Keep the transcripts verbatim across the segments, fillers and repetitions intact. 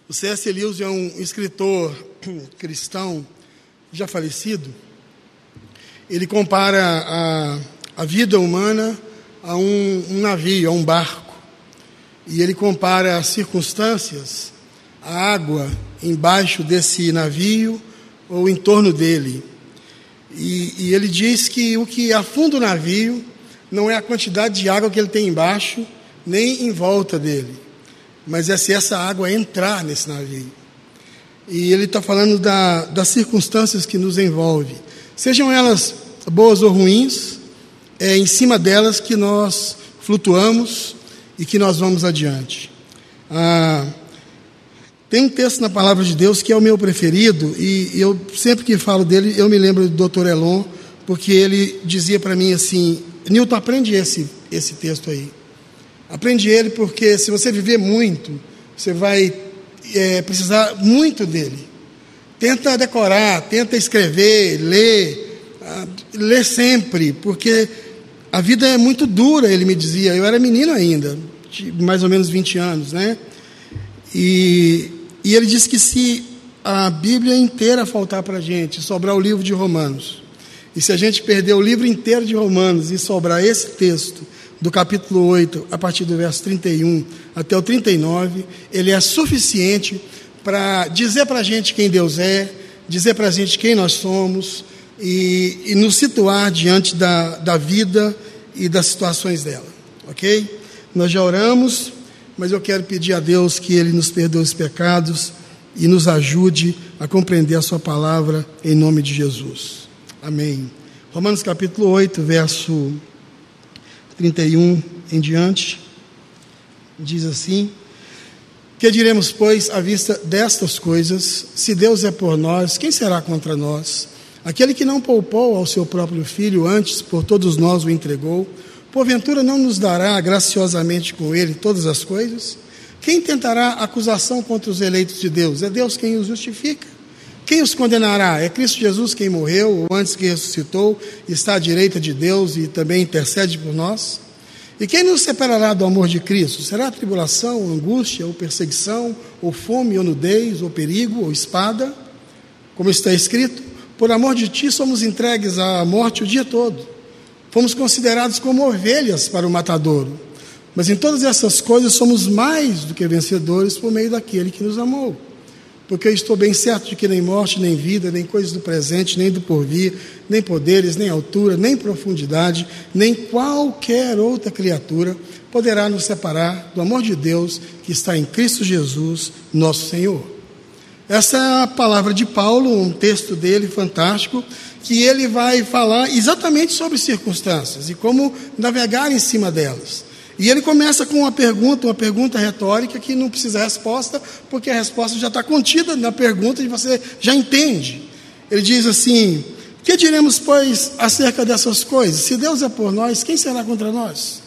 O C S Lewis é um escritor cristão já falecido. Ele compara a, a vida humana a um, um navio, a um barco. E ele compara as circunstâncias, a água embaixo desse navio ou em torno dele. E, e ele diz que o que afunda o navio não é a quantidade de água que ele tem embaixo, nem em volta dele, mas é se essa água entrar nesse navio. E ele está falando da, das circunstâncias que nos envolvem, sejam elas boas ou ruins, é em cima delas que nós flutuamos e que nós vamos adiante. Ah, tem um texto na Palavra de Deus que é o meu preferido, e eu sempre que falo dele, eu me lembro do doutor Elon, porque ele dizia para mim assim: Nilton, aprende esse, esse texto aí. Aprende ele, porque se você viver muito, você vai é, precisar muito dele. Tenta decorar, tenta escrever, ler, ah, ler sempre, porque a vida é muito dura, ele me dizia. Eu era menino ainda, de mais ou menos vinte anos, né? E, e ele disse que se a Bíblia inteira faltar para a gente, sobrar o livro de Romanos, e se a gente perder o livro inteiro de Romanos e sobrar esse texto, do capítulo oito, a partir do verso trinta e um até o trinta e nove, ele é suficiente para dizer para a gente quem Deus é, dizer para a gente quem nós somos e, e nos situar diante da, da vida e das situações dela, ok? Nós já oramos, mas eu quero pedir a Deus que Ele nos perdoe os pecados e nos ajude a compreender a sua palavra em nome de Jesus. Amém. Romanos capítulo oito, verso trinta e um em diante, diz assim: que diremos, pois, à vista destas coisas? Se Deus é por nós, quem será contra nós? Aquele que não poupou ao seu próprio Filho, antes por todos nós o entregou, porventura não nos dará graciosamente com ele todas as coisas? Quem tentará acusação contra os eleitos de Deus? É Deus quem os justifica. Quem os condenará? É Cristo Jesus quem morreu, ou antes que ressuscitou, está à direita de Deus e também intercede por nós. E quem nos separará do amor de Cristo? Será tribulação, ou angústia, ou perseguição, ou fome, ou nudez, ou perigo, ou espada? Como está escrito: por amor de ti somos entregues à morte o dia todo. Fomos considerados como ovelhas para o matadouro. Mas em todas essas coisas somos mais do que vencedores por meio daquele que nos amou. Porque eu estou bem certo de que nem morte, nem vida, nem coisas do presente, nem do porvir, nem poderes, nem altura, nem profundidade, nem qualquer outra criatura poderá nos separar do amor de Deus que está em Cristo Jesus, nosso Senhor. Essa é a palavra de Paulo, um texto dele fantástico, que ele vai falar exatamente sobre circunstâncias e como navegar em cima delas. E ele começa com uma pergunta, uma pergunta retórica que não precisa resposta, porque a resposta já está contida na pergunta e você já entende. Ele diz assim: que diremos, pois, acerca dessas coisas? Se Deus é por nós, quem será contra nós?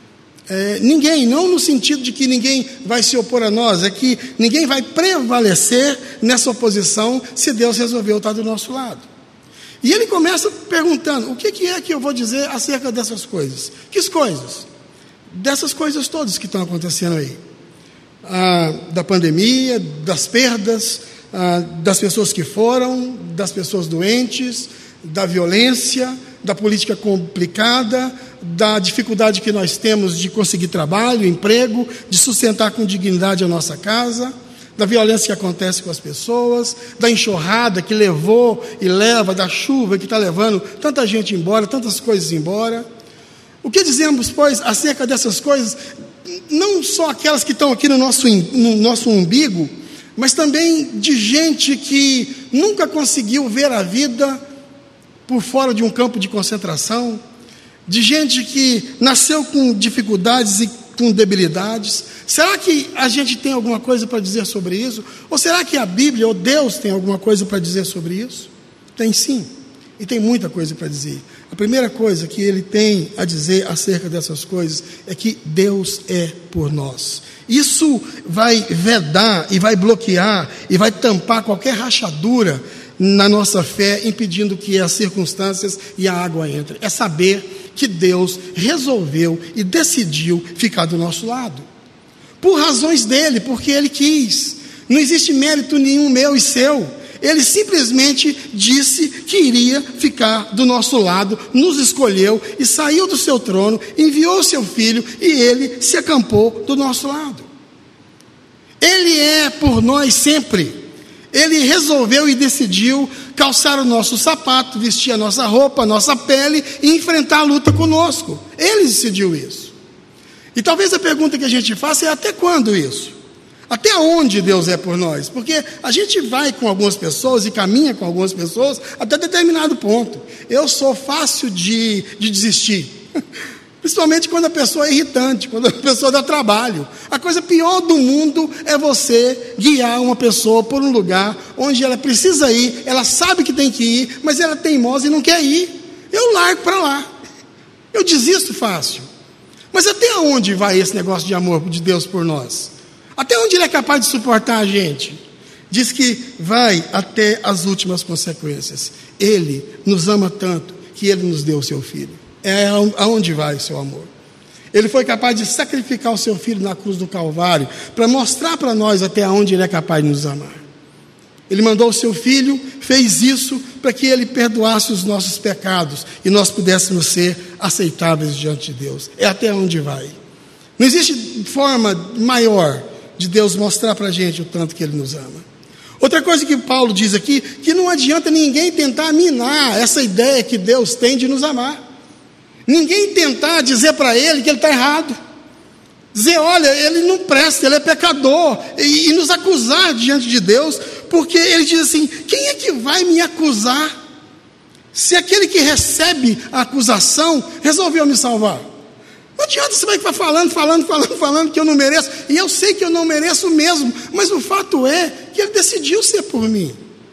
É, ninguém, não no sentido de que ninguém vai se opor a nós, é que ninguém vai prevalecer nessa oposição se Deus resolveu estar do nosso lado. E ele começa perguntando: o que é que eu vou dizer acerca dessas coisas? Que coisas? Dessas coisas todas que estão acontecendo aí, ah, da pandemia, das perdas, ah, das pessoas que foram, das pessoas doentes, da violência, da política complicada, da dificuldade que nós temos de conseguir trabalho, emprego, de sustentar com dignidade a nossa casa, da violência que acontece com as pessoas, da enxurrada que levou e leva, da chuva que está levando tanta gente embora, tantas coisas embora. O que dizemos, pois, acerca dessas coisas, não só aquelas que estão aqui no nosso, no nosso umbigo, mas também de gente que nunca conseguiu ver a vida por fora de um campo de concentração, de gente que nasceu com dificuldades e com debilidades. Será que a gente tem alguma coisa para dizer sobre isso? Ou será que a Bíblia ou Deus tem alguma coisa para dizer sobre isso? Tem sim, e tem muita coisa para dizer. A primeira coisa que ele tem a dizer acerca dessas coisas é que Deus é por nós. Isso vai vedar e vai bloquear e vai tampar qualquer rachadura na nossa fé, impedindo que as circunstâncias e a água entrem. É saber que Deus resolveu e decidiu ficar do nosso lado. Por razões dele, porque ele quis. Não existe mérito nenhum meu e seu. Ele simplesmente disse que iria ficar do nosso lado, nos escolheu e saiu do seu trono, enviou seu filho e ele se acampou do nosso lado. Ele é por nós sempre. Ele resolveu e decidiu calçar o nosso sapato, vestir a nossa roupa, a nossa pele e enfrentar a luta conosco. Ele decidiu isso. E talvez a pergunta que a gente faça é: até quando isso? Até onde Deus é por nós? Porque a gente vai com algumas pessoas e caminha com algumas pessoas até determinado ponto. Eu sou fácil de, de desistir. Principalmente quando a pessoa é irritante, quando a pessoa dá trabalho. A coisa pior do mundo é você guiar uma pessoa por um lugar onde ela precisa ir, ela sabe que tem que ir, mas ela é teimosa e não quer ir. Eu largo para lá. Eu desisto fácil. Mas até onde vai esse negócio de amor de Deus por nós? Até onde Ele é capaz de suportar a gente? Diz que vai até as últimas consequências. Ele nos ama tanto que Ele nos deu o seu Filho. É aonde vai o seu amor. Ele foi capaz de sacrificar o seu Filho na cruz do Calvário para mostrar para nós até onde Ele é capaz de nos amar. Ele mandou o seu Filho, fez isso para que Ele perdoasse os nossos pecados e nós pudéssemos ser aceitáveis diante de Deus. É até onde vai. Não existe forma maior de Deus mostrar para a gente o tanto que Ele nos ama. Outra coisa que Paulo diz aqui, que não adianta ninguém tentar minar essa ideia que Deus tem de nos amar. Ninguém tentar dizer para Ele que Ele está errado. Dizer: olha, Ele não presta, Ele é pecador. E, e nos acusar diante de Deus, porque Ele diz assim: quem é que vai me acusar? Se aquele que recebe a acusação resolveu me salvar. Não adianta você vai ficar falando, falando, falando, falando que eu não mereço. E eu sei que eu não mereço mesmo. Mas o fato é que Ele decidiu ser por mim.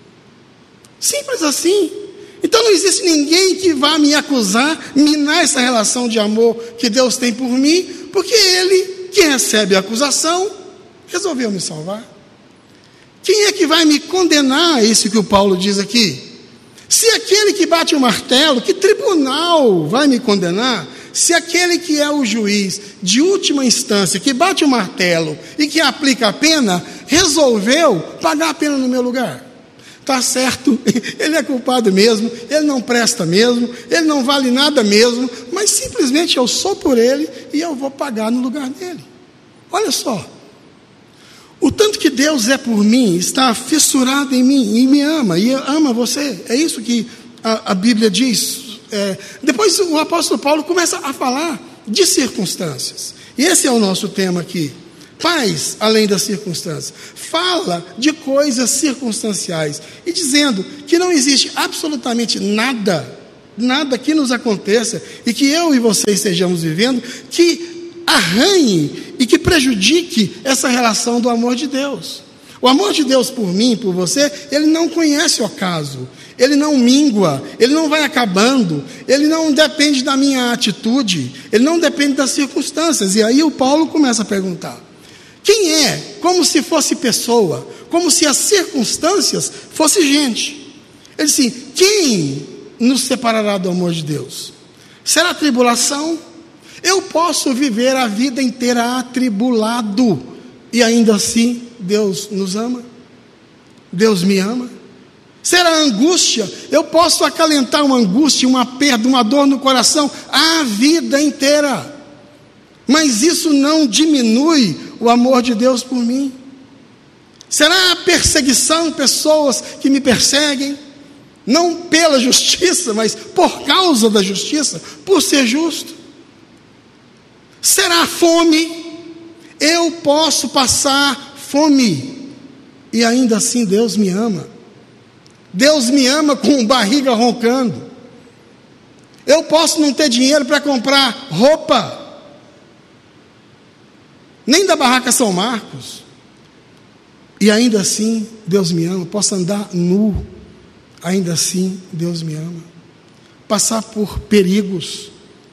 Simples assim. Então não existe ninguém que vá me acusar, minar essa relação de amor que Deus tem por mim, porque Ele, que recebe a acusação, resolveu me salvar. Quem é que vai me condenar? É isso que o Paulo diz aqui. Se aquele que bate o martelo, que tribunal vai me condenar? Se aquele que é o juiz de última instância, que bate o martelo e que aplica a pena, resolveu pagar a pena no meu lugar. Está certo, ele é culpado mesmo, ele não presta mesmo, ele não vale nada mesmo, mas simplesmente eu sou por ele e eu vou pagar no lugar dele. Olha só, o tanto que Deus é por mim, está fissurado em mim e me ama, e ama você. É isso que a, a Bíblia diz. É, depois o apóstolo Paulo começa a falar de circunstâncias, e esse é o nosso tema aqui. Paz além das circunstâncias. Fala de coisas circunstanciais e dizendo que não existe absolutamente nada, nada que nos aconteça e que eu e você estejamos vivendo que arranhe e que prejudique essa relação do amor de Deus. O amor de Deus por mim, por você, Ele não conhece o acaso, Ele não mingua, Ele não vai acabando, Ele não depende da minha atitude, Ele não depende das circunstâncias. E aí o Paulo começa a perguntar: quem é? Como se fosse pessoa, como se as circunstâncias fossem gente. Ele diz assim: quem nos separará do amor de Deus? Será a tribulação? Eu posso viver a vida inteira atribulado e ainda assim Deus nos ama? Deus me ama? Será a angústia? Eu posso acalentar uma angústia, uma perda, uma dor no coração a vida inteira, mas isso não diminui o amor de Deus por mim. Será a perseguição, pessoas que me perseguem, não pela justiça, mas por causa da justiça, por ser justo? Será a fome? Eu posso passar fome e ainda assim Deus me ama. Deus me ama com barriga roncando. Eu posso não ter dinheiro para comprar roupa, nem da Barraca São Marcos, e ainda assim Deus me ama. Posso andar nu, ainda assim Deus me ama. Passar por perigos,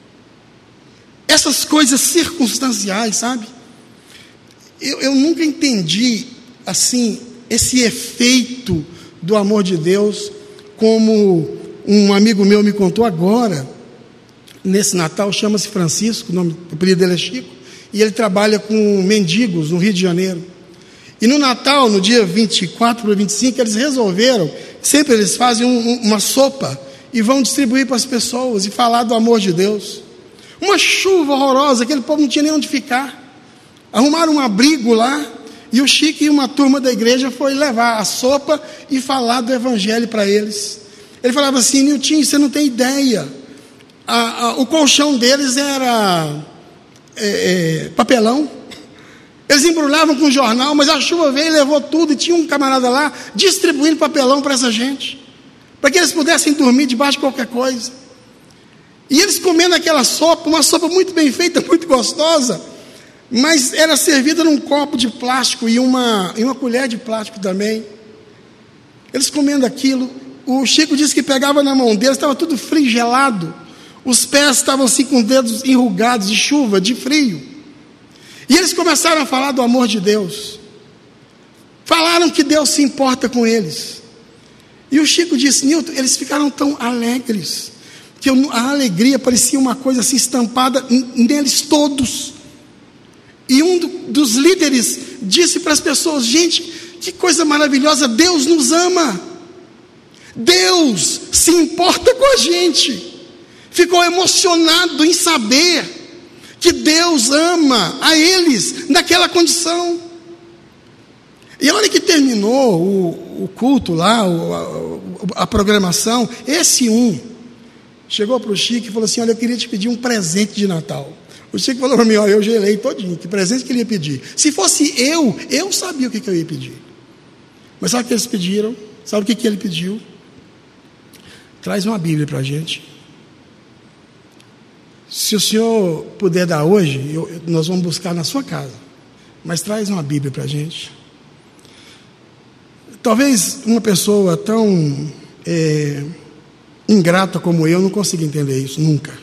essas coisas circunstanciais, sabe? Eu, eu nunca entendi assim esse efeito do amor de Deus, como um amigo meu me contou agora, nesse Natal. Chama-se Francisco, o nome, o apelido dele é Chico, e ele trabalha com mendigos no Rio de Janeiro. E no Natal, no dia vinte e quatro para vinte e cinco, eles resolveram, sempre eles fazem um, um, uma sopa e vão distribuir para as pessoas e falar do amor de Deus. Uma chuva horrorosa, aquele povo não tinha nem onde ficar. Arrumaram um abrigo lá e o Chico e uma turma da igreja foi levar a sopa e falar do evangelho para eles. Ele falava assim: Niltinho, você não tem ideia. A, a, o colchão deles era é, é, papelão. Eles embrulhavam com jornal, mas a chuva veio e levou tudo. E tinha um camarada lá distribuindo papelão para essa gente, para que eles pudessem dormir debaixo de qualquer coisa. E eles comendo aquela sopa, uma sopa muito bem feita, muito gostosa, mas era servida num copo de plástico e uma, e uma colher de plástico também. Eles comendo aquilo, o Chico disse que pegava na mão deles, estava tudo frio, gelado. Os pés estavam assim com dedos enrugados de chuva, de frio. E eles começaram a falar do amor de Deus. Falaram que Deus se importa com eles. E o Chico disse: Nilton, eles ficaram tão alegres, que eu, a alegria parecia uma coisa assim estampada neles todos. E um do, dos líderes disse para as pessoas: gente, que coisa maravilhosa, Deus nos ama. Deus se importa com a gente. Ficou emocionado em saber que Deus ama a eles naquela condição. E a hora que terminou o, o culto lá, o, a, a programação, esse um chegou para o Chico e falou assim: olha, eu queria te pedir um presente de Natal. O Chico falou para mim: olha, eu gelei todinho, que presente que ele ia pedir? Se fosse eu, eu sabia o que, que eu ia pedir. Mas sabe o que eles pediram? Sabe o que, que ele pediu? Traz uma Bíblia para a gente. Se o senhor puder dar hoje, eu, nós vamos buscar na sua casa. Mas traz uma Bíblia para a gente. Talvez uma pessoa tão é, ingrata como eu não consiga entender isso, nunca.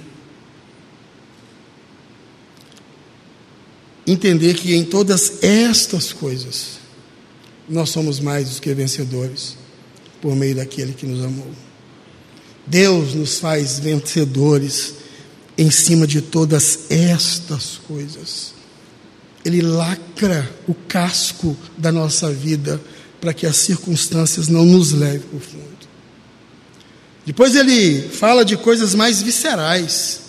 Entender que em todas estas coisas, nós somos mais do que vencedores, por meio daquele que nos amou. Deus nos faz vencedores em cima de todas estas coisas. Ele lacra o casco da nossa vida para que as circunstâncias não nos levem para o fundo. Depois ele fala de coisas mais viscerais,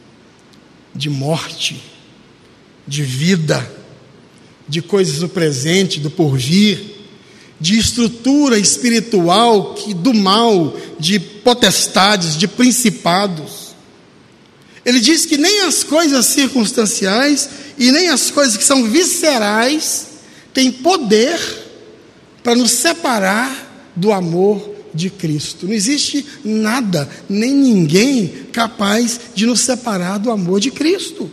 de morte, de vida, de coisas do presente, do porvir, de estrutura espiritual, que, do mal, de potestades, de principados. Ele diz que nem as coisas circunstanciais e nem as coisas que são viscerais têm poder para nos separar do amor de Cristo. Não existe nada, nem ninguém capaz de nos separar do amor de Cristo.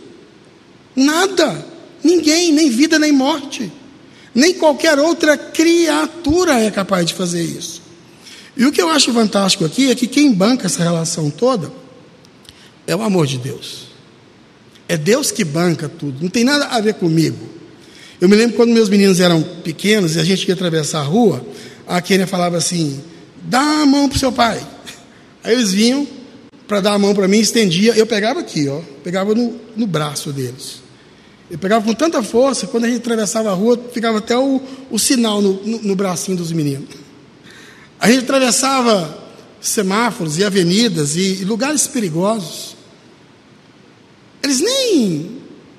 Nada, ninguém, nem vida nem morte, nem qualquer outra criatura é capaz de fazer isso. E o que eu acho fantástico aqui é que quem banca essa relação toda é o amor de Deus. É Deus que banca tudo, não tem nada a ver comigo. Eu me lembro quando meus meninos eram pequenos e a gente ia atravessar a rua, a Kênia falava assim: dá a mão para o seu pai. Aí eles vinham para dar a mão para mim, estendia, eu pegava aqui, ó, pegava no, no braço deles. Eu pegava com tanta força, quando a gente atravessava a rua, ficava até o, o sinal no, no, no bracinho dos meninos. A gente atravessava semáforos e avenidas e, e lugares perigosos. Eles nem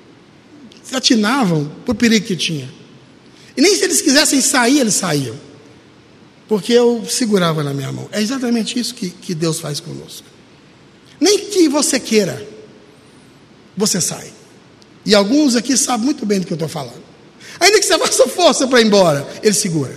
atinavam para o perigo que tinha. E nem se eles quisessem sair, eles saíam. Porque eu segurava na minha mão. É exatamente isso que, que Deus faz conosco. Nem que você queira, você sai. E alguns aqui sabem muito bem do que eu estou falando. Ainda que você faça força para ir embora, Ele segura.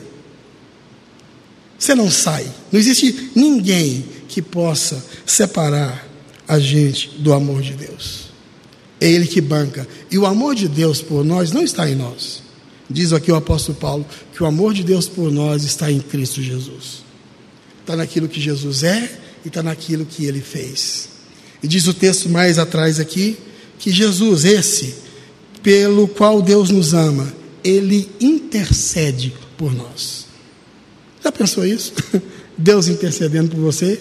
Você não sai. Não existe ninguém que possa separar a gente do amor de Deus. É Ele que banca. E o amor de Deus por nós não está em nós. Diz aqui o apóstolo Paulo que o amor de Deus por nós está em Cristo Jesus. Está naquilo que Jesus é e está naquilo que Ele fez. E diz o texto mais atrás aqui que Jesus, esse pelo qual Deus nos ama, Ele intercede por nós. Já pensou isso? Deus intercedendo por você?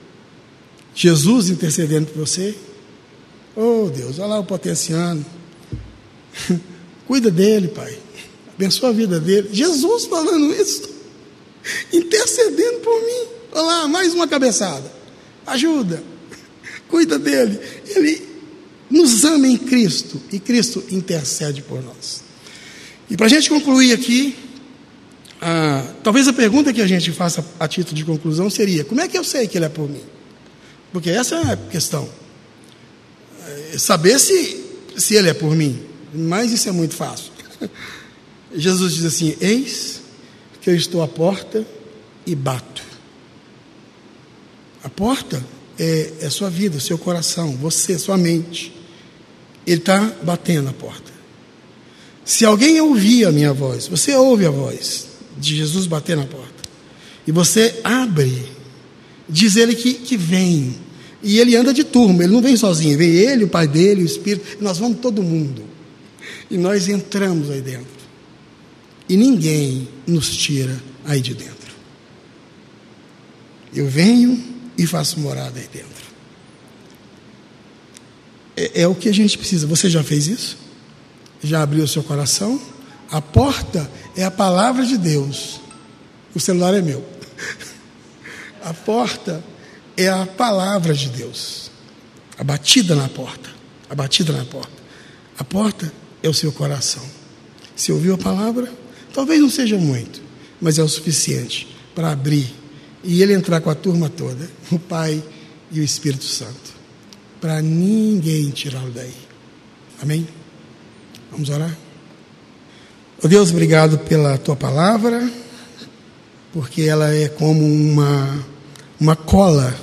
Jesus intercedendo por você? Oh Deus, olha lá o potenciano. Cuida dele, Pai. abençoa a vida dele. Jesus falando isso, intercedendo por mim. Olha lá, mais uma cabeçada. Ajuda, cuida dele. Ele nos ama em Cristo e Cristo intercede por nós. E para a gente concluir aqui, ah, talvez a pergunta que a gente faça a título de conclusão seria: como é que eu sei que ele é por mim? Porque essa é a questão. É saber se, se ele é por mim. Mas isso é muito fácil. Jesus diz assim: eis que eu estou à porta e bato. A porta é, é sua vida, seu coração, você, sua mente. Ele está batendo a porta. Se alguém ouvir a minha voz, você ouve a voz de Jesus bater na porta, e você abre, diz ele que, que vem, e ele anda de turma, ele não vem sozinho, vem ele, o pai dele, o Espírito, e nós vamos todo mundo, e nós entramos aí dentro, e ninguém nos tira aí de dentro. Eu venho e faço morada aí dentro. É, é o que a gente precisa. Você já fez isso? Já abriu o seu coração? A porta é a palavra de Deus. O celular é meu. A porta é a palavra de Deus. A batida na porta. A batida na porta. A porta é o seu coração. Se ouviu a palavra, talvez não seja muito, mas é o suficiente para abrir e ele entrar com a turma toda, o Pai e o Espírito Santo, para ninguém tirá-lo daí. Amém? Vamos orar? Oh Deus, obrigado pela tua palavra, porque ela é como uma, uma cola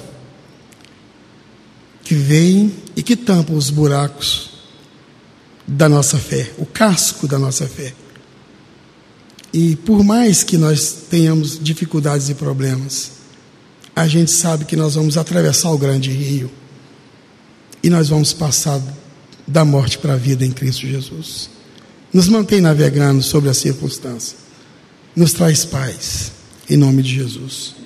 que vem e que tampa os buracos da nossa fé, o casco da nossa fé. E por mais que nós tenhamos dificuldades e problemas, a gente sabe que nós vamos atravessar o grande rio e nós vamos passar da morte para a vida em Cristo Jesus. Nos mantém navegando sobre a circunstância. Nos traz paz, em nome de Jesus.